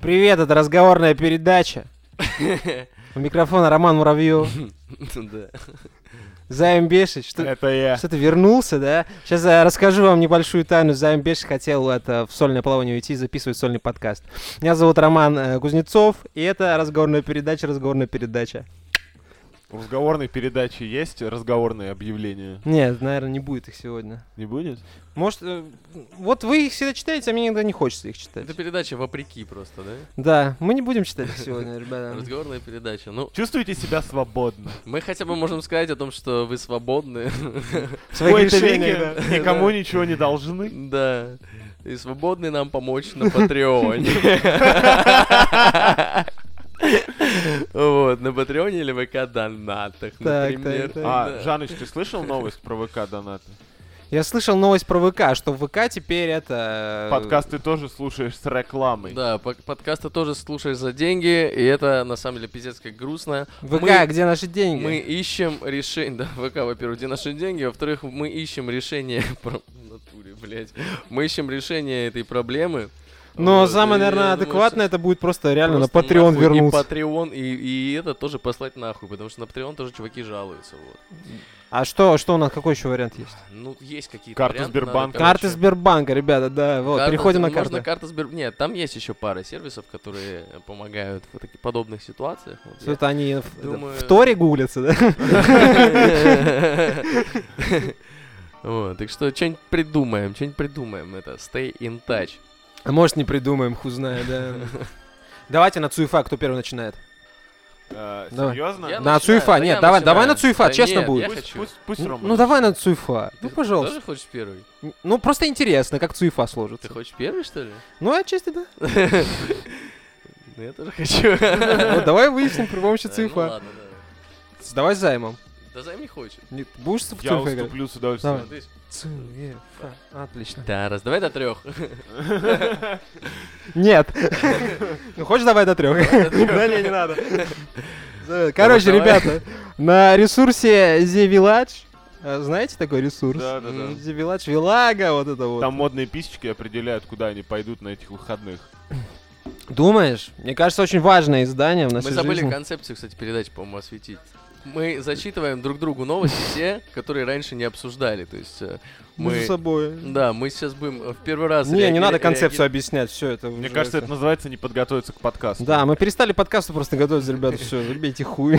Привет, это разговорная передача. У микрофона Роман Муравьев. Займ Бешич, Это я. что ты вернулся, да? Сейчас я расскажу вам небольшую тайну. Займ Бешич хотел в сольное плавание уйти и записывать сольный подкаст. Меня зовут Роман Кузнецов, и это разговорная передача. В разговорной передаче есть разговорные объявления? Нет, наверное, не будет их сегодня. Не будет? Может, вот вы их всегда читаете, а мне иногда не хочется их читать. Это передача вопреки просто, да? Да, мы не будем читать их сегодня, ребята. Разговорная передача. Ну, Чувствуете себя свободно? мы хотя бы можем сказать о том, что вы свободны. В своих Какой-то решениях, веке никому ничего не должны. Да. И свободны нам помочь на Патреоне. Вот, на Патреоне или ВК-донатах, например. так. Жаныч, ты слышал новость про ВК-донаты? Я слышал новость про ВК, что в ВК теперь это... Подкасты тоже слушаешь с рекламой. Да, подкасты тоже слушаешь за деньги, и это на самом деле пиздец как грустно. ВК, где наши деньги? Мы ищем решение... Да, ВК, во-первых, где наши деньги, во-вторых, мы ищем решение... В натуре, блядь. Мы ищем решение этой проблемы. Но Вот, самое, и наверное, я думаю, адекватное это будет просто реально просто на Patreon нахуй вернуться. И Patreon, и это тоже послать нахуй, потому что на Patreon тоже чуваки жалуются, вот. А что у нас, какой еще вариант есть? Ну, есть какие-то Карта варианты, Сбербанка. надо, Карты короче, Сбербанка, ребята, да, вот, переходим на Можно карты. карта Сбербанка. Нет, там есть еще пара сервисов, которые помогают в таких подобных ситуациях. Вот я Что-то они думаю- в Торе гуглятся, да? Вот, так что что-нибудь придумаем, это stay in touch. А может не придумаем, хуй знает, да. Давайте на Цуефа, кто первый начинает. Давай. Серьезно? Я На начинаю, Цуефа, да, нет, я давай начинаю. на Цуефа, Да честно нет, будет. я Пусть, хочу. пусть Рома. Ну давай на Цуефа, ну Ты пожалуйста. тоже хочешь первый? Ну просто интересно, как Цуефа Ты сложится. хочешь первый, что ли? Ну отчасти да. Ну, я тоже хочу. Вот давай выясним при помощи Ну Цуефа. ладно, давай. Давай с займом. Да займ не хочет. Нет, будешь в Я Цуефа играть? уступлю с удовольствием. Давай. Цуефа. Отлично. Да, давай до 3. Нет. Ну хочешь давай до 3? Да не надо. Короче, Давай. ребята, на ресурсе The Village, знаете такой ресурс? Да. The Village, Вилага, вот это вот. Там модные писечки определяют, куда они пойдут на этих выходных. Думаешь? Мне кажется, очень важное издание в Мы нашей забыли жизни. концепцию, кстати, передачи, по-моему, осветить. Мы зачитываем друг другу новости те, которые раньше не обсуждали. То есть Между мы... собой. Да, мы сейчас будем в первый раз... Не надо концепцию объяснять, все это. Мне уже кажется, это называется не подготовиться к подкасту. Да, мы перестали подкасту просто готовиться, ребята, все, любите хуй.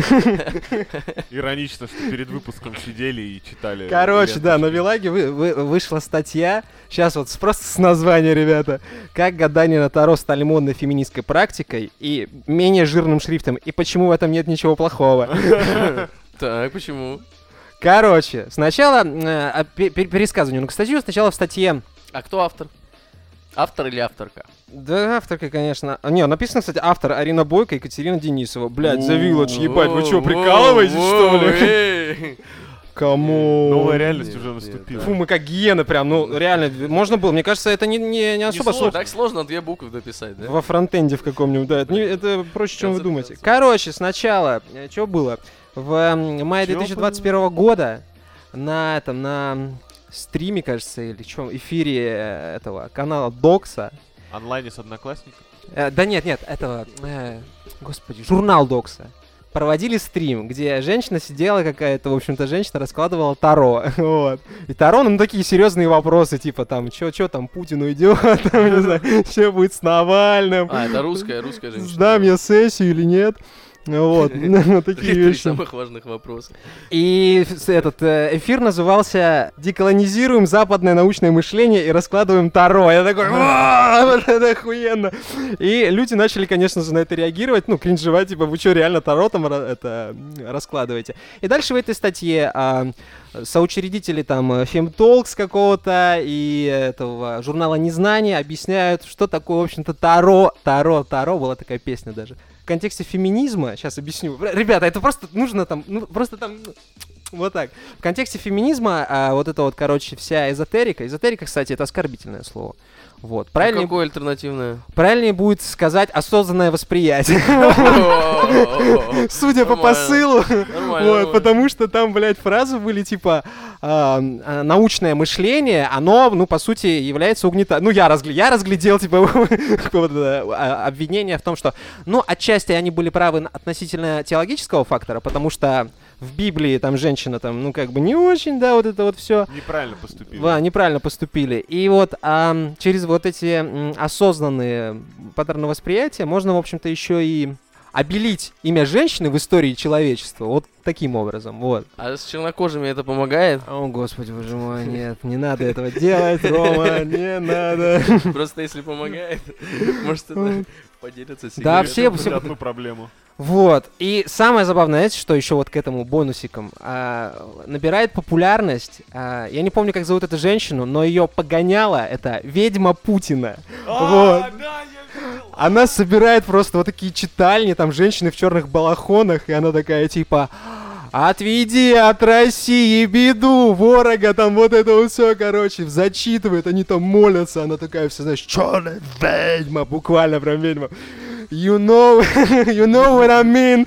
Иронично, что перед выпуском сидели и читали. Короче, да, на ленточки. Вилаге вышла статья, сейчас вот просто с названия, ребята, как гадания на Таро стали модной феминистской практикой и менее жирным шрифтом, и почему в этом нет ничего плохого. Так, почему? Короче, сначала пересказыванию к статью, сначала в статье... А кто автор? Автор или авторка? Да, авторка, конечно. Не, написано, кстати, автор Арина Бойко и Екатерина Денисова. Блядь, The Village, ебать, вы что, прикалываетесь, что ли? Кому? Новая реальность Нет, уже нет, наступила. Фу, мы как гиены прям, ну реально, можно было. Мне кажется, это не особо сложно. Так сложно 2 буквы дописать, да? Во фронтенде в каком-нибудь, да. Это проще, чем вы думаете. Концентрация. Короче, сначала, что было? В мае Чё 2021 года на стриме, кажется, или чем, эфире этого канала Докса. Онлайне с одноклассником? Да нет, этого, господи, журнал Докса. Проводили стрим, где женщина сидела какая-то, в общем-то, женщина раскладывала Таро, вот. И Таро, ну, такие серьезные вопросы, типа, там, чё там, Путин уйдет, там, не знаю, что будет с Навальным. А, это русская женщина. Сдам я сессию или нет. Вот, такие 3 вещи. самых важных вопроса. И этот эфир назывался «Деколонизируем западное научное мышление и раскладываем Таро». Я такой, вот это охуенно. И люди начали, конечно же, на это реагировать, ну, кринжевать, типа, вы что, реально Таро там это раскладываете? И дальше в этой статье соучредители там FemTalks какого-то и этого журнала «Незнание» объясняют, что такое, в общем-то, Таро. Таро, была такая песня даже. В контексте феминизма, сейчас объясню. Ребята, это просто нужно там, вот так. В контексте феминизма вот это вот, короче, вся эзотерика. Эзотерика, кстати, это оскорбительное слово. Вот. Правильнее, Какое альтернативное? правильнее будет сказать осознанное восприятие. Судя по Нормально. посылу. Нормально. Вот, потому что там, блядь, фразы были типа научное мышление, оно, ну, по сути, является угнетанием. Ну, я разглядел, типа, обвинение в том, что, ну, отчасти они были правы относительно теологического фактора, потому что в Библии там женщина там, ну, как бы не очень, да, вот это вот все. Неправильно поступили. Да, неправильно поступили. И вот через вот эти осознанные паттерны восприятия можно, в общем-то, еще и обелить имя женщины в истории человечества вот таким образом, вот. А с чернокожими это помогает? О, господи, боже мой, нет, не надо этого делать, Рома, не надо. Просто если помогает, может это поделиться секретом. Да, все... одну проблему. Вот, и самое забавное, знаете, что еще вот к этому бонусикам набирает популярность, я не помню, как зовут эту женщину, но ее погоняла это ведьма Путина. Вот. Она собирает просто вот такие читальни, там женщины в черных балахонах, и она такая типа: отведи от России беду, ворога, там вот это вот все, короче, зачитывает, они там молятся, она такая вся, знаешь, черная ведьма, буквально прям ведьма. You know what I mean.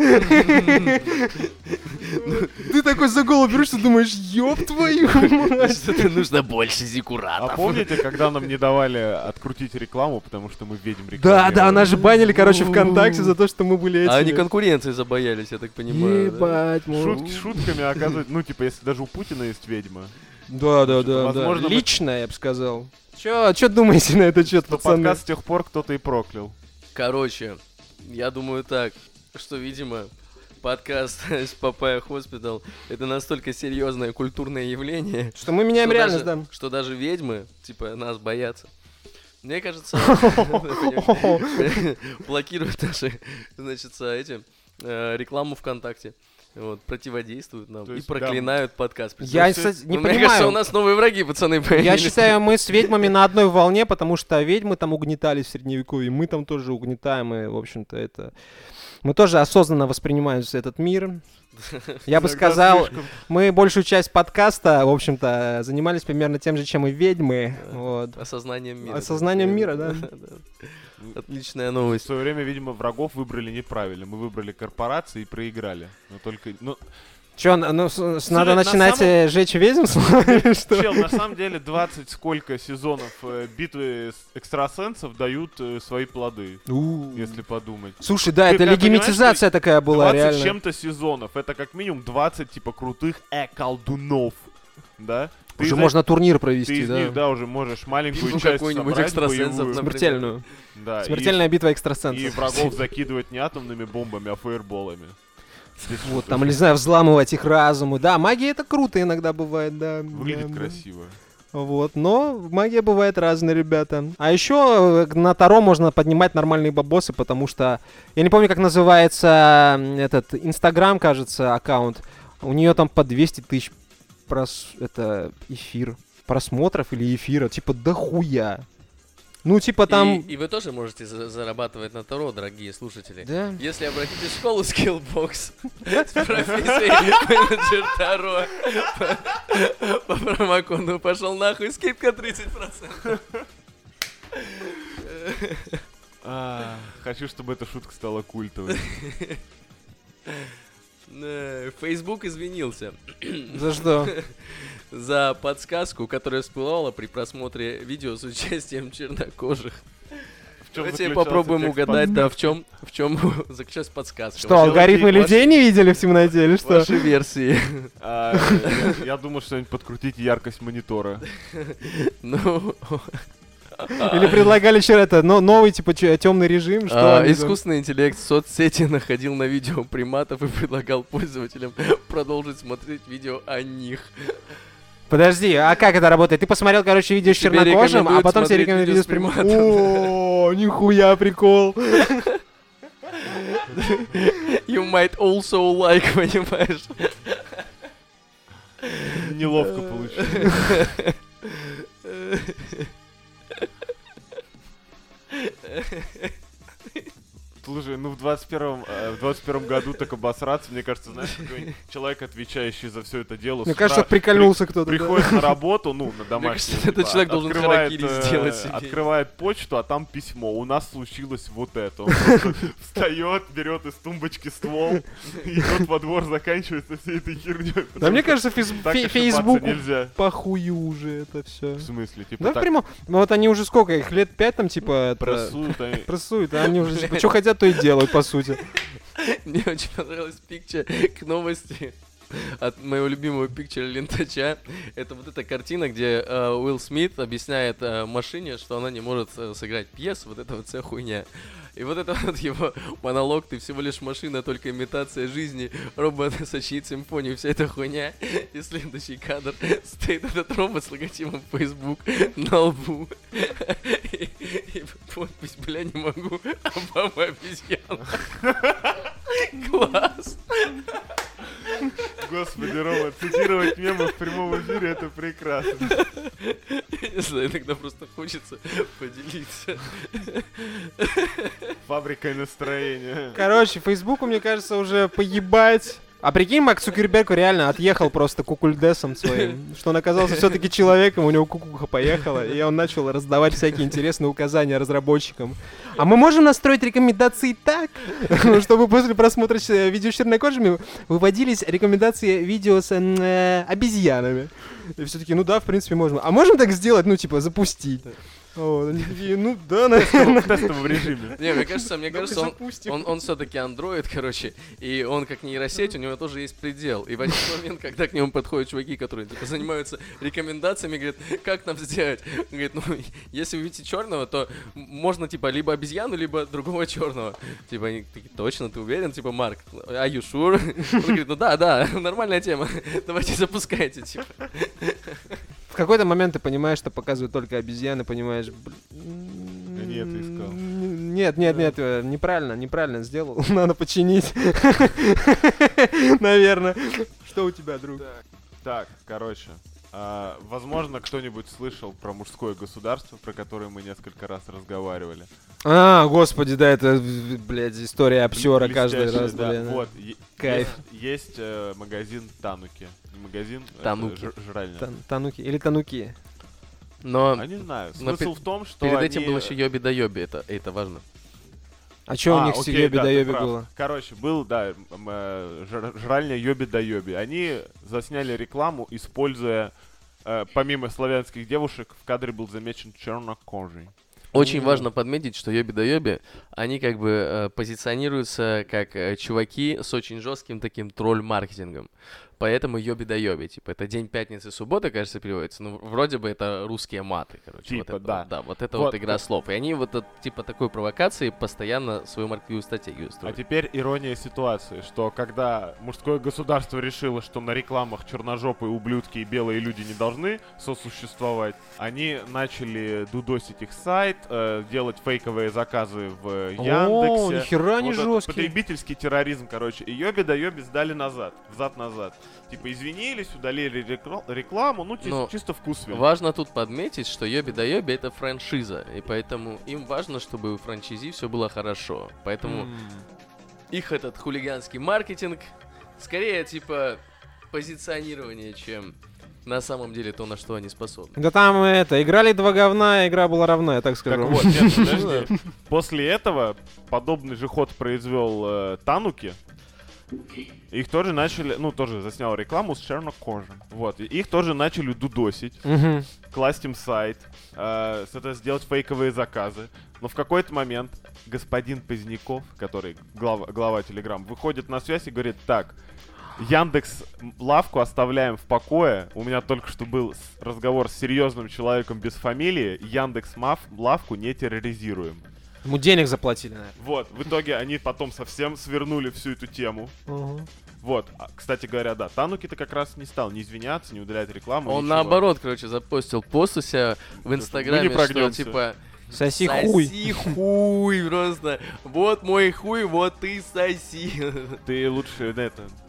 Ты такой за голову берешься, думаешь, ёб твою мать. Что-то нужно больше А зиккуратов. помните, когда нам не давали открутить рекламу, потому что мы ведьм рекламировали? Да, нас же банили, короче, ВКонтакте за то, что мы были этими. А они конкуренции забоялись, я так понимаю. да? Ебать, Шутки шутками, оказывается, ну, типа, если даже у Путина есть ведьма, Да. Возможно, мы- Лично, я бы сказал. Чё думаете на этот счет, то пацаны? подкаст с тех пор кто-то и проклял. Короче, я думаю так, что, видимо, подкаст с Papaya Hospital — это настолько серьезное культурное явление, Что мы меняем что реальность, даже- да. что даже ведьмы, типа, нас боятся. Мне кажется, блокируют наши, значит, эти рекламу ВКонтакте. Вот, противодействуют нам То и есть, проклинают подкаст. Я Представляете? не Мне кажется, у понимаю. нас новые враги, пацаны, появились. Я считаю, мы с ведьмами на одной волне, потому что ведьмы там угнетались в Средневековье, мы там тоже угнетаем, и, в общем-то, это... Мы тоже осознанно воспринимаем этот мир. Я бы Иногда сказал, слишком. мы большую часть подкаста, в общем-то, занимались примерно тем же, чем и ведьмы. Вот. Осознанием мира. Осознанием мира, да. Отличная новость. В свое время, видимо, врагов выбрали неправильно. Мы выбрали корпорации и проиграли. Но только... Ну, Чё, надо на начинать самом- жечь ведьм? Или что? чел, на самом деле 20 сколько сезонов битвы экстрасенсов дают свои плоды, если подумать. Слушай, да, Ты это как понимаешь, легимитизация такая была, 20 с реально. чем-то сезонов. Это как минимум 20, типа, крутых колдунов. Да? Ты Уже из можно турнир Ты провести, из да. них, да, уже можешь маленькую Битву часть какую-нибудь собрать, экстрасенсов, боевую. например. Смертельную. Да, Смертельная битва и экстрасенсов. врагов закидывать не атомными бомбами, а фаерболами. Вот, там, не знаю, взламывать их разумы. Да, магия это круто иногда бывает, да. Выглядит да, да. красиво. Вот, но магия бывает разная, ребята. А еще на Таро можно поднимать нормальные бабосы, потому что... Я не помню, как называется этот Инстаграм, кажется, аккаунт. У нее там по 200 тысяч просмотров или эфира. Типа дохуя. Ну, типа там... И вы тоже можете зарабатывать на Таро, дорогие слушатели. Да. Если обратитесь в школу Skillbox с профессией менеджер Таро по промокоду «Пошел нахуй», скидка 30%. Хочу, чтобы эта шутка стала культовой. Facebook извинился За что? за подсказку, которая всплывала при просмотре видео с участием чернокожих. В чём Давайте заключался попробуем текст угадать, да, в чем заключалась подсказка. Что, алгоритмы людей не видели в темноте или что? Ваши версии. Я думаю, что-нибудь подкрутить яркость монитора. Ну, Или предлагали это, новый, типа, темный режим, что они там? искусственный интеллект в соцсети находил на видео приматов и предлагал пользователям продолжить смотреть видео о них. Подожди, а как это работает? Ты посмотрел, короче, видео с Тебе чернокожим, а рекомендуют потом тебе смотреть рекомендуют видео с с приматом. приматом. О, нихуя прикол. You might also like, понимаешь? Неловко получилось. Слушай, ну в 21 году так обосраться, мне кажется, знаешь, какой человек, отвечающий за все это дело, Мне кажется, прикольнулся кто-то. приходит на работу, ну, на домашнюю. Мне кажется, этот человек должен харакири сделать себе. Открывает почту, а там письмо. У нас случилось вот это. Он просто встает, берет из тумбочки ствол, идет во двор, заканчивается всей этой херней. Да мне кажется, Фейсбуку нельзя. похую уже это все. В смысле? Типа Да, так прямо. Ну вот они уже сколько, их лет 5 там, типа... Прессуют, а они уже, типа, что хотят, то и делают, по сути. Мне очень понравилась пикча к новости от моего любимого пикчера Лентача. Это вот эта картина, где Уилл Смит объясняет машине, что она не может сыграть пьесу, вот это вот вся хуйня. И вот это вот его монолог, ты всего лишь машина, только имитация жизни, робот сочинит симфонию, вся эта хуйня. И следующий кадр, стоит этот робот с логотипом Facebook на лбу. И подпись, бля, не могу, Обама обезьяна. Класс. Господи, Рома, цитировать мемы в прямом эфире — это прекрасно. Не знаю, иногда просто хочется поделиться. Фабрикой настроения. Короче, Фейсбуку, мне кажется, уже поебать. А прикинь, Марк Цукерберг реально отъехал просто кукульдесом своим, что он оказался все-таки человеком, у него кукуха поехала, и он начал раздавать всякие интересные указания разработчикам. А мы можем настроить рекомендации так, чтобы после просмотра видео с чернокожими выводились рекомендации видео с обезьянами. И все таки, ну да, в принципе, можем. А можем так сделать, ну типа запустить? Вот, они такие, ну да, наверное. В тестовом режиме. Не, мне кажется, он все-таки андроид, короче, и он как нейросеть, у него тоже есть предел. И в один момент, когда к нему подходят чуваки, которые типа занимаются рекомендациями, говорят, как нам сделать? Он говорит, ну, если вы видите черного, то можно типа либо обезьяну, либо другого черного. Типа они такие, точно, ты уверен? Типа, Марк, are you sure? Он говорит, ну да, нормальная тема, давайте запускайте, типа. В какой-то момент ты понимаешь, что показывают только обезьяны, понимаешь... Я не это искал. Нет, неправильно сделал. Надо починить. Наверное. Что у тебя, друг? Так, короче. Возможно, кто-нибудь слышал про мужское государство, про которое мы несколько раз разговаривали. А, господи, да, это, блядь, история обсера каждый раз, да. блин. Вот, кайф. Есть магазин Тануки. Не магазин, Тануки. это жральня. Тануки или Тануки? Но А не знаю. Смысл в том, что перед этим был еще Йоби да Йоби, это важно. А что у них с Йоби да Йоби прав. было? Короче, был, да, жральня Йоби да Йоби. Они засняли рекламу, используя, помимо славянских девушек, в кадре был замечен чернокожий. Очень важно подметить, что Йоби да Йоби, они как бы позиционируются как чуваки с очень жестким таким тролль-маркетингом. Поэтому Йоби да Йоби, типа, это день пятницы, суббота, кажется, переводится. Ну, вроде бы это русские маты, короче. Типа, вот это, да. Да, вот это вот игра слов. И они вот, типа, такой провокации постоянно свою маркетинговую стратегию строят. А теперь ирония ситуации, что когда мужское государство решило, что на рекламах черножопые ублюдки и белые люди не должны сосуществовать, они начали дудосить их сайт, делать фейковые заказы в Яндексе. О, нихера не вот жесткий. Потребительский терроризм, короче. И Йоби да Йоби сдали назад, взад-назад. Типа извинились, удалили рекламу, ну чисто вкус вин. Важно тут подметить, что Йоби да Йоби это франшиза, и поэтому им важно, чтобы у франчайзи все было хорошо. Поэтому их этот хулиганский маркетинг скорее типа позиционирование, чем на самом деле то, на что они способны. Да там играли два говна, игра была равна, я так скажу. Так вот, нет, подожди. После этого подобный же ход произвел Тануки. Их тоже начали, тоже заснял рекламу с чернокожим. Вот, и их тоже начали дудосить, класть им сайт, сделать фейковые заказы. Но в какой-то момент господин Поздняков, который глава Телеграм, выходит на связь и говорит: так, Яндекс лавку оставляем в покое. У меня только что был разговор с серьезным человеком без фамилии. Яндекс лавку не терроризируем. Ему денег заплатили, наверное. Вот, в итоге они потом совсем свернули всю эту тему. Вот, кстати говоря, да, Тануки-то как раз не стал не извиняться, не удалять рекламу. Он ничего. наоборот, короче, запостил пост у себя в Инстаграме, что типа... Соси хуй. Соси хуй просто. Вот мой хуй, вот ты соси. Ты лучше, вот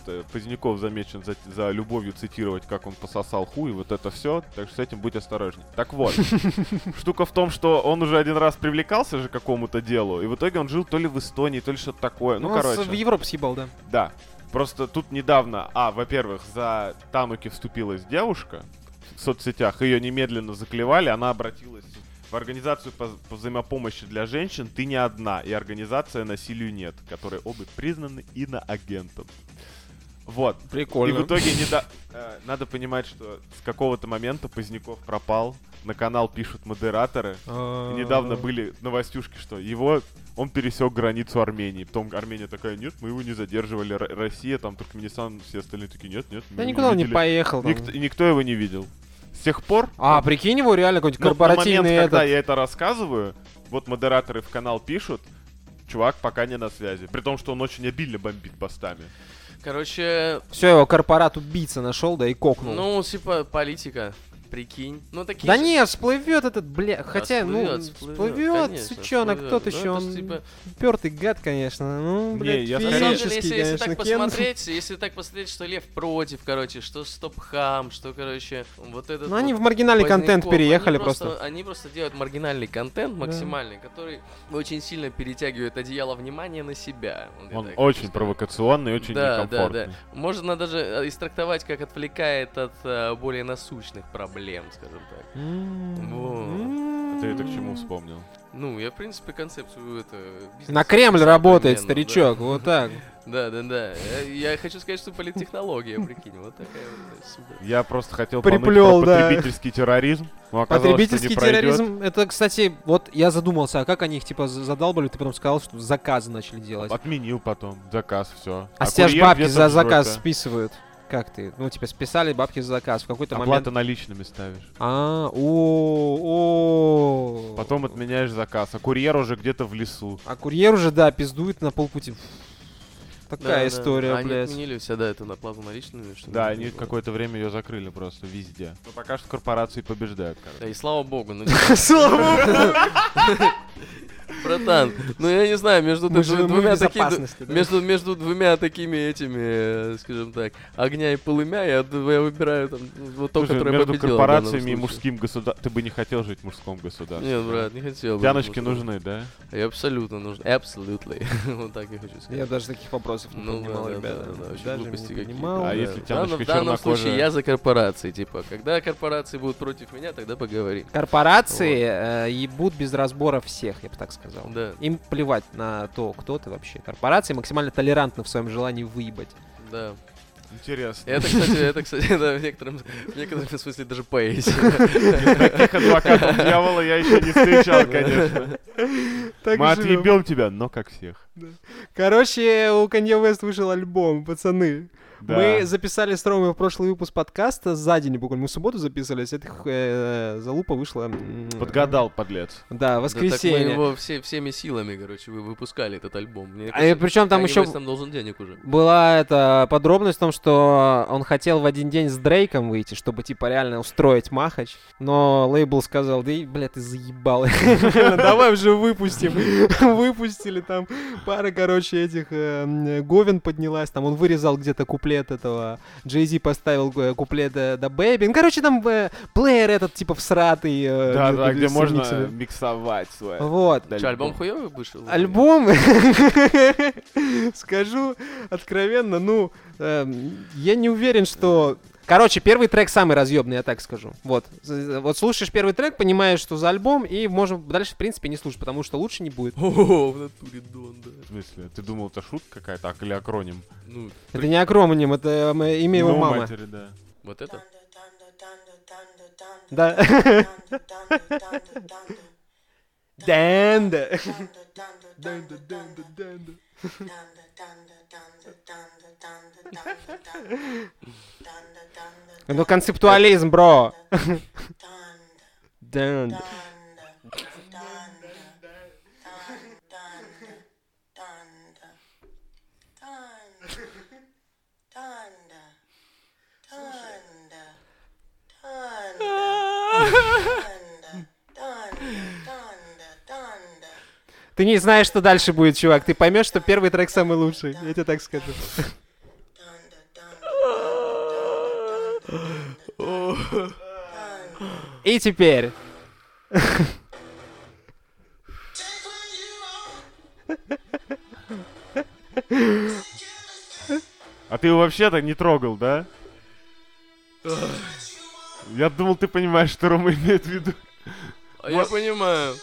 Поздняков замечен за любовью цитировать, как он пососал хуй, вот это все, так что с этим будь осторожней. Так вот, штука в том, что он уже один раз привлекался же к какому-то делу, и в итоге он жил то ли в Эстонии, то ли что-то такое. Ну, короче. В Европу съебал, да. Да. Просто тут недавно, во-первых, за Тануки вступилась девушка в соцсетях, ее немедленно заклевали, она обратилась в организацию по взаимопомощи для женщин «Ты не одна» и организация «Насилию нет», которые оба признаны иноагентом. Вот. Прикольно. И в итоге надо понимать, что с какого-то момента Поздняков пропал, на канал пишут модераторы, и недавно были новостюшки, что он пересек границу Армении. Потом Армения такая: нет, мы его не задерживали. Россия, там Туркменистан, все остальные такие: нет. Да никуда он не поехал. И никто его не видел. С тех пор... Прикинь, его реально какой-нибудь корпоративный на момент, когда я это рассказываю, вот модераторы в канал пишут: чувак пока не на связи. При том, что он очень обильно бомбит постами. Короче... Все, его корпорат-убийца нашел, да, и кокнул. Ну, типа, политика. Прикинь. Ну, такие да же... не, всплывет этот, бля. Хотя, всплывет, сучонок, тот еще, он типа... упертый гад, конечно. Ну, блядь, я на самом деле, феерический, если конечно, так посмотреть, что Лев против, короче, что Стоп-Хам, что, короче, вот этот... Ну, они в маргинальный контент переехали просто. Они просто делают маргинальный контент максимальный, который очень сильно перетягивает одеяло внимания на себя. Он очень провокационный, очень некомфортный. Да. Можно даже истрактовать, как отвлекает от более насущных проблем, скажем так. Ты это к чему вспомнил? Ну, я, в принципе, концепцию на Кремль работает, старичок, вот так. Да. Я хочу сказать, что политтехнология, прикинь, вот такая вот супер. Я просто хотел приплел, про потребительский терроризм. Потребительский терроризм, это, кстати, вот я задумался, а как они их, типа, задалбали, ты потом сказал, что заказы начали делать. Отменил потом заказ, все. А с тебя ж бабки за заказ списывают. Как ты? Ну, тебя списали бабки за заказ в какой-то момент. Оплата наличными ставишь. Потом отменяешь заказ, а курьер уже где-то в лесу. А курьер уже, да, пиздует на полпути. Такая история, блядь. Они отменили всегда эту оплату наличными. Да, они какое-то время ее закрыли просто везде. Но пока что корпорации побеждают, короче. Да, и слава богу. Слава богу! Братан, ну я не знаю, между двумя такими этими, скажем так, огня и полымя, я выбираю там вот то, которое победило. Между корпорациями и мужским государством. Ты бы не хотел жить в мужском государстве? Нет, брат, не хотел бы. Тяночки нужны, да? Абсолютно нужны. Абсолютно. Вот так я хочу сказать. Я даже таких вопросов не понимал, ребята. Даже не понимал. А если тяночка в данном случае я за корпорации, типа, когда корпорации будут против меня, тогда поговорим. Корпорации ебут без разбора всех, я бы так сказал. Да. Им плевать на то, кто ты вообще. Корпорации максимально толерантны в своем желании выебать. Да. Интересно. Это, кстати, в некотором смысле даже поэзия. Таких адвокатов дьявола я еще не встречал, конечно. Мы отъебем тебя, но как всех. Короче, у Kanye West вышел альбом, пацаны. Да. Мы записали с Ромой прошлый выпуск подкаста за день, буквально мы в субботу записывались, эта залупа вышла... Подгадал, подлец. Да, воскресенье. Да, так мы его всеми силами, короче, выпускали этот альбом. Причем там еще там должен денег уже. Была эта подробность в том, что он хотел в один день с Дрейком выйти, чтобы типа реально устроить махач, но лейбл сказал: да и, бля, ты заебал. Давай уже выпустим. Выпустили там пара, короче, этих говен поднялась, там он вырезал где-то куплет этого, Jay-Z поставил куплет да Baby. Ну, короче, там плеер этот, типа, всратый. Да, где можно миксовать свой. Вот. Что, альбом хуёвый вышел? Альбом, скажу откровенно, ну, я не уверен, что... Короче, первый трек самый разъебный, я так скажу. Вот слушаешь первый трек, понимаешь, что за альбом, и можем дальше, в принципе, не слушать, потому что лучше не будет. О, в натуре Дон, да. В смысле? Ты думал, это шутка какая-то, или акроним? Ну, это не акроним, это имя его мамы. Матери, да. Вот это? Да. Дэнда. Ну, концептуализм, бро. Дэнда. Ты не знаешь, что дальше будет, чувак. Ты поймешь, что первый трек самый лучший. Я тебе так скажу. И теперь... А ты его вообще-то не трогал, да? Я думал, ты понимаешь, что Рома имеет в виду. А я понимаю.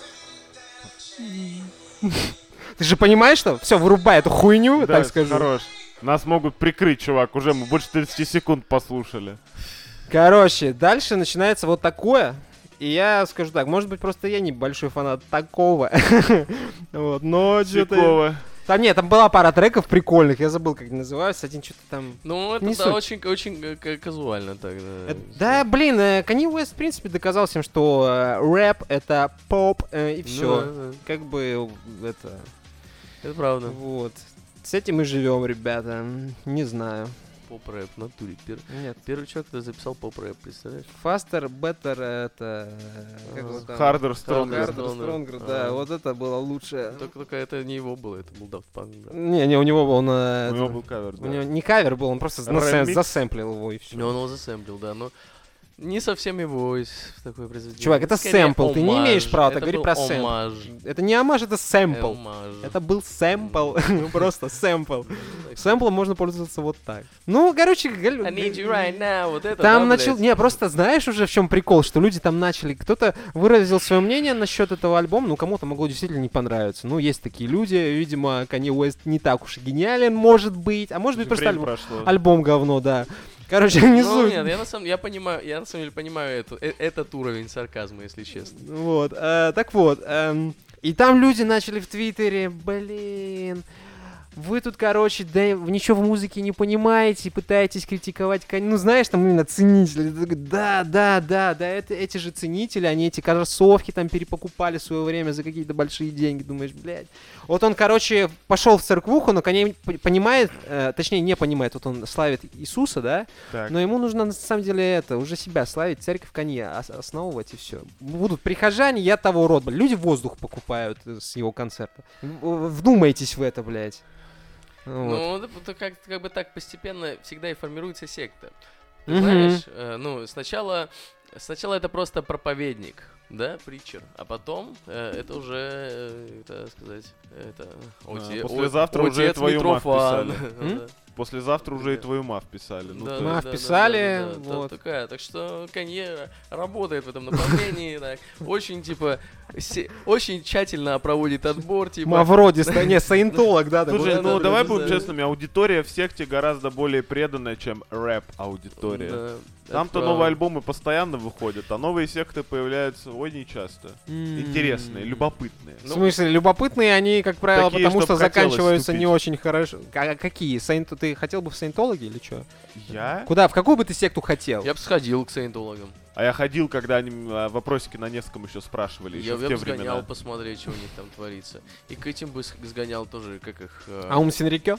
Ты же понимаешь, что? Все, вырубай эту хуйню, Да, так скажу. хорош. Нас могут прикрыть, чувак. Уже мы больше 30 секунд послушали. Короче, дальше начинается вот такое. И я скажу так, может быть, просто я не большой фанат такого. Вот, но что-то... Чикова. Там нет, там была пара треков прикольных, я забыл, как они называются. Один что-то там... Ну, это Не да, суть. очень казуально так, да. Да, блин, Kanye West, в принципе, доказал всем, что рэп — это поп, и Ну, все. да. Как бы, это... Это правда. Вот. С этим мы живем, ребята. Не знаю. Поп-рэп в натуре. Нет. Первый человек, кто записал поп-рэп, представляешь? Faster, better, это... Как его там? Harder, Stronger. Harder, Stronger, да. Вот это было лучше. Только это не его было, это был Daft Punk. Да. Не, у него был... У него был кавер, У него да. не кавер был, он просто Ремикс. засэмплил его и все. Но он его засэмплил, да, но не совсем его такое произведение. Чувак, это Скорее, сэмпл, ты не омаж. имеешь права так Это говорить был про сэмпл. омаж. Это не омаж, это сэмпл. Омаж. Это был сэмпл, просто сэмпл. Так. Сэмплом можно пользоваться вот так. Ну, короче, I need you right now, вот это, там да, начал... блядь? Не, просто знаешь уже в чем прикол, что люди там начали... Кто-то выразил свое мнение насчет этого альбома, ну, кому-то могло действительно не понравиться. Ну, есть такие люди, видимо, Kanye West не так уж и гениален, может быть. А может быть, просто Время прошло. альбом говно, да. Короче, не Ну, суть. нет, я на самом деле понимаю этот уровень сарказма, если честно. Вот, так вот, и там люди начали в Твиттере, блин, вы тут, короче, да, ничего в музыке не понимаете, пытаетесь критиковать, ну, знаешь, там именно ценители, да, эти же ценители, они эти кроссовки там перепокупали в свое время за какие-то большие деньги, думаешь, блядь. Вот он, короче, пошел в церквуху, но Kanye понимает, точнее, не понимает, вот он славит Иисуса, да, Так. но ему нужно, на самом деле, это, уже себя славить, церковь Kanye основывать, и все. Будут прихожане, я того рода, люди воздух покупают с его концерта. Вдумайтесь в это, блядь. Вот. Ну, это как бы так постепенно всегда и формируется секта. Ты Мгм. знаешь, ну, сначала это просто проповедник, да, притчер, а потом это уже, так сказать, это... послезавтра уже отец твою мать Митрофан. писали. Да. Послезавтра уже и Да. твою мав писали. Ну, Да, то- Мав да, писали, да, вот. такая, так что Канье работает в этом направлении, так, очень, типа, очень тщательно проводит отбор, типа... Мавроди, не, саентолог, да. Слушай, такой. ну да, давай да, будем да. честными, аудитория в секте гораздо более преданная, чем рэп-аудитория. Да, Там-то это новые правда. альбомы постоянно выходят, а новые секты появляются ой нечасто. Интересные, любопытные. В смысле, любопытные они, как правило, Такие, потому чтоб что хотелось заканчиваются не вступить. очень хорошо. А какие? Ты хотел бы в саентологи или что? Я? Куда? В какую бы ты секту хотел? Я бы сходил к саентологам. А я ходил, когда они вопросики на Невском еще спрашивали, еще Я в бы те сгонял времена. посмотреть, что у них там творится. И к этим бы сгонял тоже, как их... А ум Синрикё?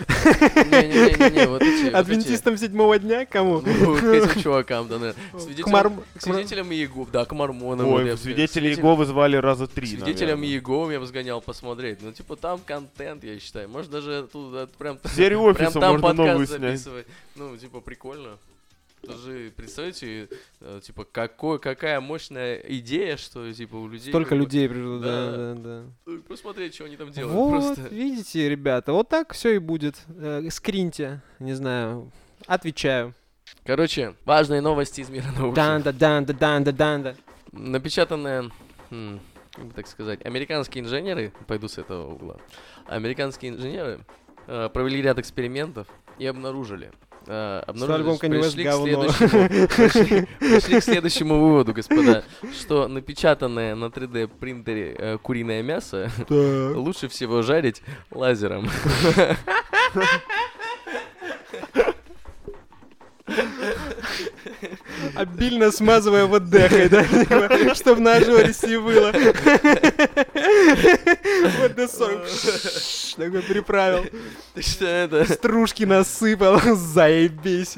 Не-не-не, вот эти... Адвентистам седьмого дня? Кому? Ну, к этим чувакам, да, наверное. К К свидетелям Иеговы, да, к мормонам. Ой, вот я бы свидетели свидетель- Иеговы звали раза 3, Свидетелям наверное. Иеговы я бы сгонял посмотреть. Ну, типа, там контент, я считаю. Может, даже тут прям... Серию прям офиса там можно подкаст новую снять. записывать. Ну, типа, прикольно. Даже, представляете, типа, какая мощная идея, что, типа, у людей... Столько как бы, людей пришло, Да. да. Посмотреть, что они там делают. Вот, Просто. видите, ребята, вот так все и будет. Скриньте, не знаю, отвечаю. Короче, важные новости из мира научных. Данда. Напечатанная, как бы так сказать, американские инженеры, пойду с этого угла, американские инженеры провели ряд экспериментов и обнаружили, альбом Kanye West пришли к следующему выводу, господа, что напечатанное на 3D принтере куриное мясо лучше всего жарить лазером. Обильно смазывая вот дехой, да, чтобы на ажорисе было. Вот да 40. Такой приправил. Так что это... Стружки насыпал. Заебись.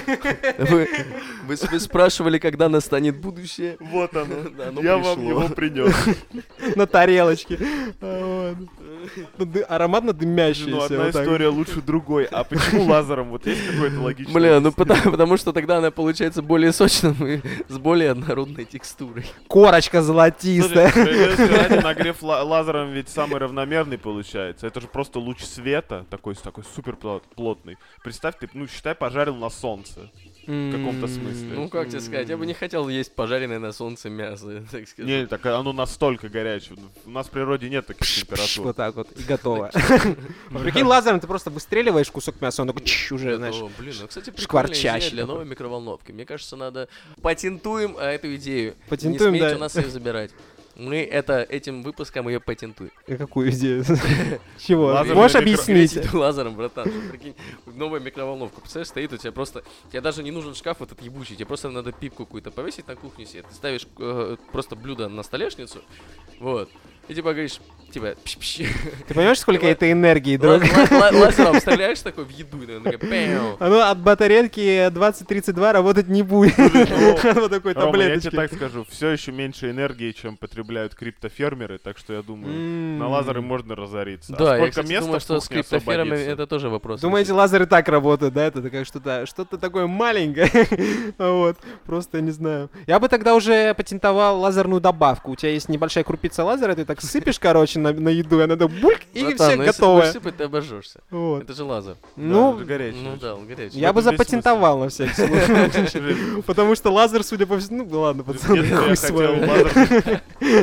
Вы спрашивали, когда настанет будущее? Вот оно. Да, оно Я вам пришло. его принес. На тарелочке. Вот. ладно. Ароматно дымящийся. Ну, одна вот так. история лучше другой. А почему лазером? Вот есть какой-то логичный... Бля, ну потому что тогда она получается более сочным и с более однородной текстурой. Корочка золотистая. Ради нагрев лазером ведь самый равномерный получается. Это же просто луч света, такой супер плотный. Представь, ты, считай, пожарил на солнце. В каком-то смысле. Ну, как тебе сказать, я бы не хотел есть пожаренное на солнце мясо, так сказать. Не, так оно настолько горячее. У нас в природе нет таких температур. Вот так вот, и готово. Прикинь, лазером ты просто выстреливаешь кусок мяса, он такой уже, знаешь, Блин, ну, кстати, прикольная шкварчащий идея для такой. новой микроволновки. Мне кажется, надо патентуем эту идею. Патентуем, Не смейте да. у нас ее забирать. Мы этим выпуском ее патентуем. Какую идею? Чего? Лазерный Можешь микро- объяснить? Греть лазером, братан. Прикинь, новая микроволновка. Представляешь, стоит у тебя просто... Тебе даже не нужен шкаф этот ебучий. Тебе просто надо пипку какую-то повесить на кухне себе. Ты ставишь просто блюдо на столешницу. Вот. И типа говоришь, типа, пш-пш. Ты понимаешь, сколько это энергии, друг? Лазером стреляешь такой в еду, и она такая, пэу. Оно от батарейки 2032 работать не будет. Вот такой Рома, я тебе таблеточки. так скажу, все еще меньше энергии, чем потребляют криптофермеры, так что я думаю, на лазеры можно разориться. Да, А я, сколько кстати, места думаю, в что с кухне криптоферами освободится? это тоже вопрос. Думаете, лазеры так работают, да? Это такое что-то такое маленькое. Вот. Просто я не знаю. Я бы тогда уже патентовал лазерную добавку. У тебя есть небольшая крупица лазера, ты так сыпешь, короче, на еду, и она так бульк, и Братан, все ну, если ты готово. будешь сыпать, ты обожжешься. Вот. Это же лазер. Ну, это горячий. Ну да, он горячий. я бы этом весь запатентовал на всякий случай. Потому что лазер, судя по всему... Ну, ладно, пацаны, хуй с вами.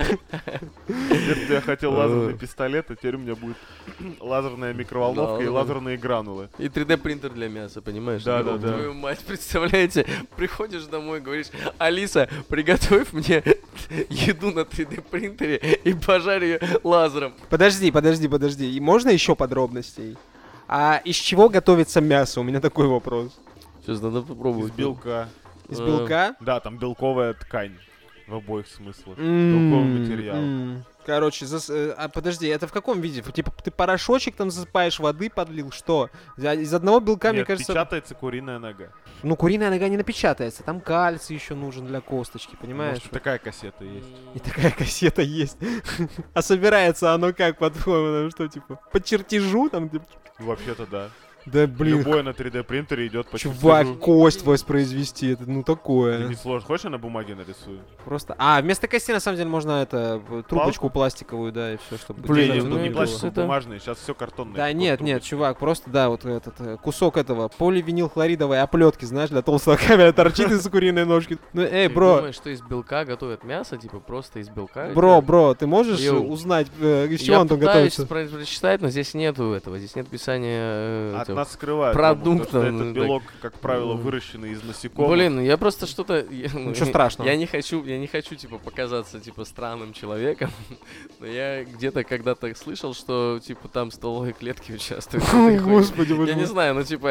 Если я хотел лазерный пистолет, а теперь у меня будет лазерная микроволновка и Да, лазерные гранулы. И 3D принтер для мяса, понимаешь? Да, Ну, да, да. Твою мать, представляете? Приходишь домой, говоришь, Алиса, приготовь мне еду на 3D принтере и пожарь ее лазером. Подожди. И можно еще подробностей? А из чего готовится мясо? У меня такой вопрос. Сейчас надо Из попробовать. белка. Из белка? Да, там белковая ткань в обоих смыслах. Белковый материал. Короче, подожди, это в каком виде? Типа ты порошочек там засыпаешь, воды подлил, что? Из одного белка, мне Нет, кажется... печатается куриная нога. Ну, куриная нога не напечатается, там кальций еще нужен для косточки, понимаешь? Может, такая кассета есть. И такая кассета есть. А собирается оно как, по-твоему, там что, типа, по чертежу там? Типа? Вообще-то да. Да, блин, Любое на 3D принтере идет по чувак, чертежу. кость воспроизвести, это ну Да такое. не сложно. Хочешь, я на бумаге нарисую? Просто... А, вместо кости, на самом деле, можно это, трубочку пластиковую, да, и все, чтобы... Блин, держать ну, внутри не мне было. кажется, пластиковые, бумажные, сейчас все картонное. Да как нет, трубочки. нет, чувак, просто, да, вот этот кусок этого поливинилхлоридовой оплетки, знаешь, для толстого кабеля торчит из куриной ножки. Ну, эй, Ты бро, думаешь, что из белка готовят мясо, типа просто из белка? бро, ты можешь Йоу. узнать, из чего Я он там пытаюсь готовится? прочитать, но здесь нету этого, здесь нет описания От этого. нас скрывают. продуктов, Потому что ну, это так. белок, как правило, выращенный из насекомых. Блин, я просто что-то... Ничего страшного. Я не хочу, типа, показаться, типа, странным человеком, но я где-то когда-то слышал, что, типа, там столовые клетки участвуют. в Ой, этой хуйне. господи, боже Я не мой. знаю, ну, типа,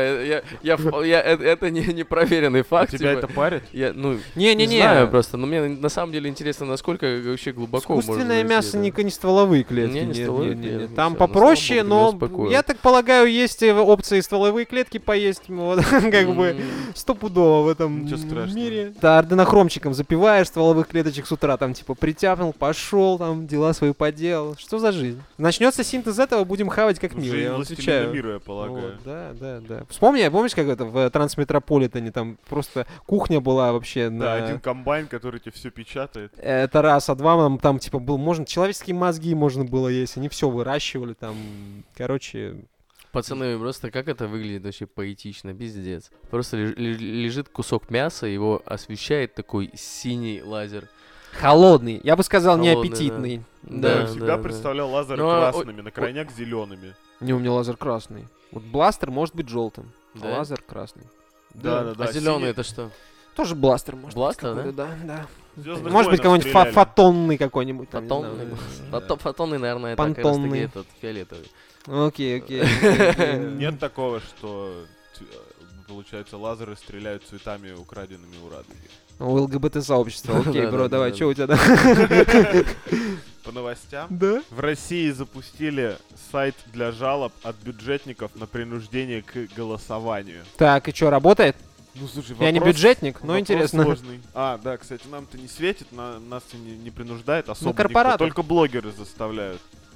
это не проверенный А факт. тебя типа. это парит? Я, ну, Не-не-не. не знаю просто, но мне на самом деле интересно, насколько вообще глубоко можно Искусственное зайти, мясо да. не стволовые клетки. Не, не стволовые нет. клетки, Там всё, попроще, ну, слава но богу, меня успокоило. я так полагаю, есть опции стволовые клетки поесть, вот, как бы стопудово в этом Ничего страшного. мире. Да, орденохромчиком запиваешь стволовых клеточек с утра, там типа притяпнул, пошел, там дела свои поделал. Что за жизнь? Начнется синтез этого, будем хавать как мило, я вам Властелина отвечаю. мира, я полагаю. Вот, да. Помнишь, как это в Трансметрополитене там просто кухня была вообще Да, на... один комбайн, который тебе все печатает. Это раз, а два, там типа был, можно, человеческие мозги можно было есть, они все выращивали там, короче... Пацаны, просто как это выглядит вообще поэтично, пиздец. Просто лежит кусок мяса, его освещает такой синий лазер. Холодный, я бы сказал, Холодный, неаппетитный. Да, Да. я всегда представлял лазеры Ну, а, красными, на крайняк зелеными. Не, у меня лазер красный. Вот бластер может быть желтым, а Да? лазер красный. Да. А зеленый это что? Тоже бластер может Бластер, быть. Да. Звездных Может быть, войнов какой-нибудь стреляли. фотонный какой-нибудь. там, не Фотонный. знаю. Фотонный, наверное, это как раз таки Пантонный. этот фиолетовый. Окей. Нет такого, что, получается, лазеры стреляют цветами, украденными у радуги. У ЛГБТ-сообщества. Окей, Да, бро, да, давай, да, что да. у тебя там? По новостям. Да? В России запустили сайт для жалоб от бюджетников на принуждение к голосованию. Так, и что, работает? Ну, слушай, Я не вопрос- бюджетник, но вопрос интересно. сложный. А, да, кстати, нам-то не светит, нас не принуждает особо никто, корпоратор. только блогеры заставляют.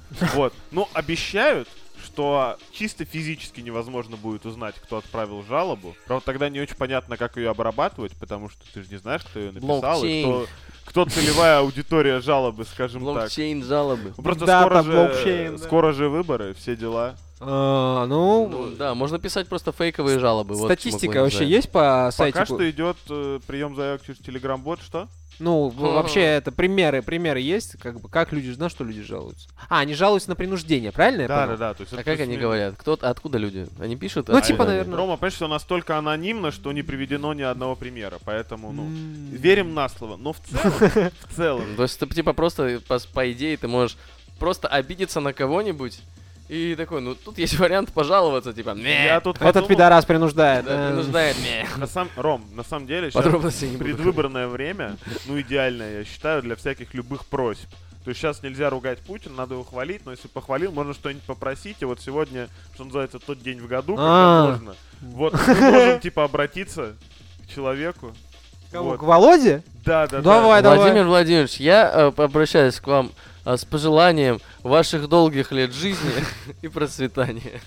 Вот. Но обещают, что чисто физически невозможно будет узнать, кто отправил жалобу. Правда, тогда не очень понятно, как ее обрабатывать, потому что ты же не знаешь, кто ее написал, и кто целевая аудитория жалобы, скажем так. Блокчейн жалобы. Просто Дата, блокчейн, да. скоро же выборы, все дела. Ну, да, можно писать просто фейковые жалобы. Статистика вообще есть по сайте? Пока что идет прием заявок через Telegram-бот, что? Ну, вообще, это примеры есть, как люди, на что люди жалуются? Они жалуются на принуждение, правильно я понял? Да. То есть А как они говорят? Откуда люди? Они пишут? Ну, типа, наверное. Рома, понимаешь, все настолько анонимно, что не приведено ни одного примера, поэтому, верим на слово. Но в целом... То есть ты, типа, просто, по идее, ты можешь просто обидеться на кого-нибудь, и такой, ну, тут есть вариант пожаловаться, типа, Я тут Этот пидорас принуждает. да, принуждает, Ром, на самом деле, сейчас подробностей не буду. предвыборное время, идеальное, я считаю, для всяких любых просьб. То есть сейчас нельзя ругать Путина, надо его хвалить, но если похвалил, можно что-нибудь попросить, и вот сегодня, что называется, тот день в году, когда можно. Вот, мы можем, типа, обратиться к человеку. Кому? К Володе? Да. Давай. Владимир Владимирович, я обращаюсь к вам с пожеланием ваших долгих лет жизни и процветания.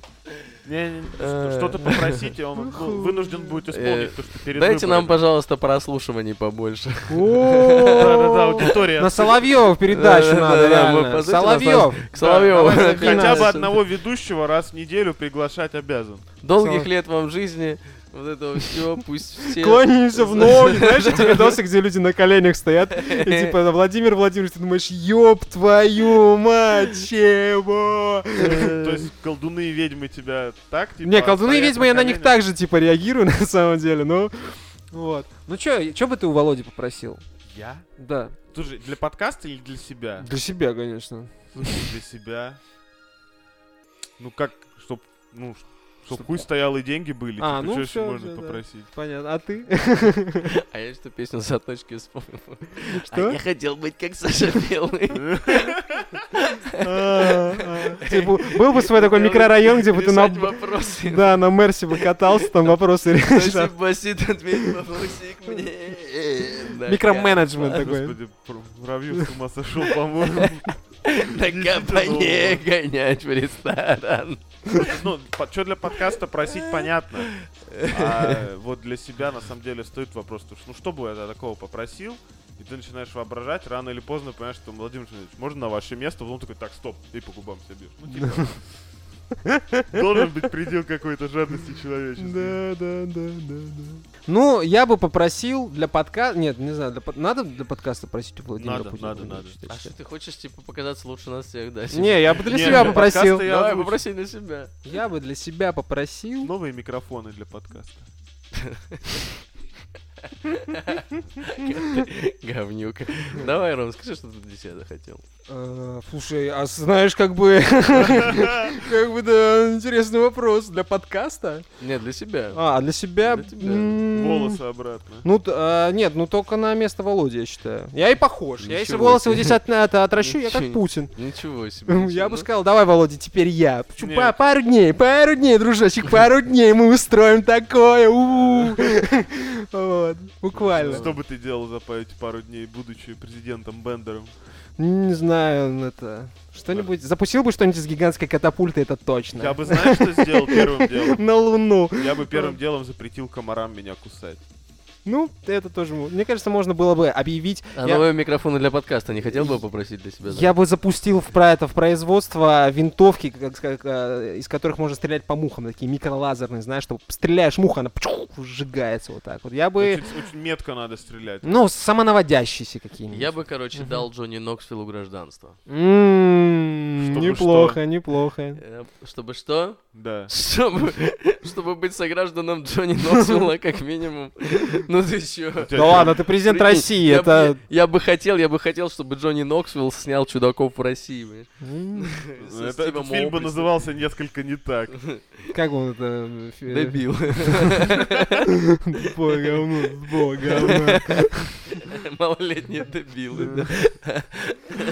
Что-то попросите, он вынужден будет исполнить то, что перед Дайте нам, выборами. пожалуйста, прослушиваний побольше. Да, аудитория. На Соловьев передачу надо, реально. Соловьев. К Соловьеву. Хотя бы одного ведущего раз в неделю приглашать обязан. Долгих лет вам жизни. Вот этого всего, пусть все... Кланяемся в ноги, знаешь, эти видосы, где люди на коленях стоят, и типа, Владимир Владимирович, ты думаешь, ёб твою мать, чего? То есть колдуны и ведьмы тебя так, типа... Не, колдуны и ведьмы, я на них также, типа, реагирую, на самом деле, ну... Вот. Ну чё бы ты у Володи попросил? Я? Да. Слушай, для подкаста или для себя? Для себя, конечно. Слушай, для себя... Ну как, чтоб хуй стоял и деньги были, типа, ну что всё, еще можно да. попросить? Понятно. А ты? А я что песню «Заточки» вспомнил. Что? А я хотел быть как Саша Белый. Был бы свой такой микрорайон, где бы ты на... вопросы. Да, на Мерси бы катался, там вопросы решал. Спасибо, Сид, ответь вопросик мне. Микроменеджмент такой. Господи, Муравьев с ума сошел, по-моему. На кабане гонять в ресторан. Ну, что для подкаста просить, понятно. А вот для себя, на самом деле, стоит вопрос, что бы я такого попросил, и ты начинаешь воображать, рано или поздно понимаешь, что, Владимир Владимирович, можно на ваше место? Потом такой, так, стоп, и по губам себе бьешь. Ну, типа, должен быть предел какой-то жадности человеческой. Да. Ну, я бы попросил для подкаста... Нет, не знаю, надо для подкаста просить у Владимира Путина? Надо. А что, ты хочешь, типа, показаться лучше нас всех, да? Не, я бы для Не, себя для попросил. подкаста я Давай, озвучу. попроси для себя. Я бы для себя попросил... Новые микрофоны для подкаста. Говнюк. Давай, Ром, скажи, что ты для себя захотел. Слушай, а знаешь, как бы... Как бы, да, интересный вопрос. Для подкаста? Нет, для себя. Для себя? Для тебя. Волосы обратно. Ну, нет, только на место Володи, я считаю. Я и похож. Я если Ничего волосы себе. вот здесь отращу, я как Ничего. Путин. Ничего себе. Я бы сказал, давай, Володя, теперь я. Нет. Пару дней, дружочек, пару дней мы устроим такое. Вот, буквально. Что бы ты делал за эти пару дней, будучи президентом Бендером? Не знаю, это... Что-нибудь... Запустил бы что-нибудь из гигантской катапульты, это точно. Я бы, знаешь, что сделал первым делом? На Луну. Я бы первым делом запретил комарам меня кусать. Ну, это тоже... Мне кажется, можно было бы объявить... А новые микрофоны для подкаста не хотел бы попросить для себя? Я бы запустил в производство винтовки, из которых можно стрелять по мухам, такие микролазерные, знаешь, что стреляешь муха, она сжигается вот так вот. Я бы... Очень метко надо стрелять. Ну, самонаводящиеся какие-нибудь. Я бы, короче, дал Джонни Ноксвиллу гражданство. Неплохо. Чтобы что? Да. Чтобы быть согражданам Джонни Ноксвилла, как минимум. Ну ты чё? Да ладно, ты президент России, это... Я бы хотел, чтобы Джонни Ноксвилл снял «Чудаков в России», понимаешь? Этот фильм бы назывался несколько не так. Как он это... Дебил. Бога. Малолетние дебилы.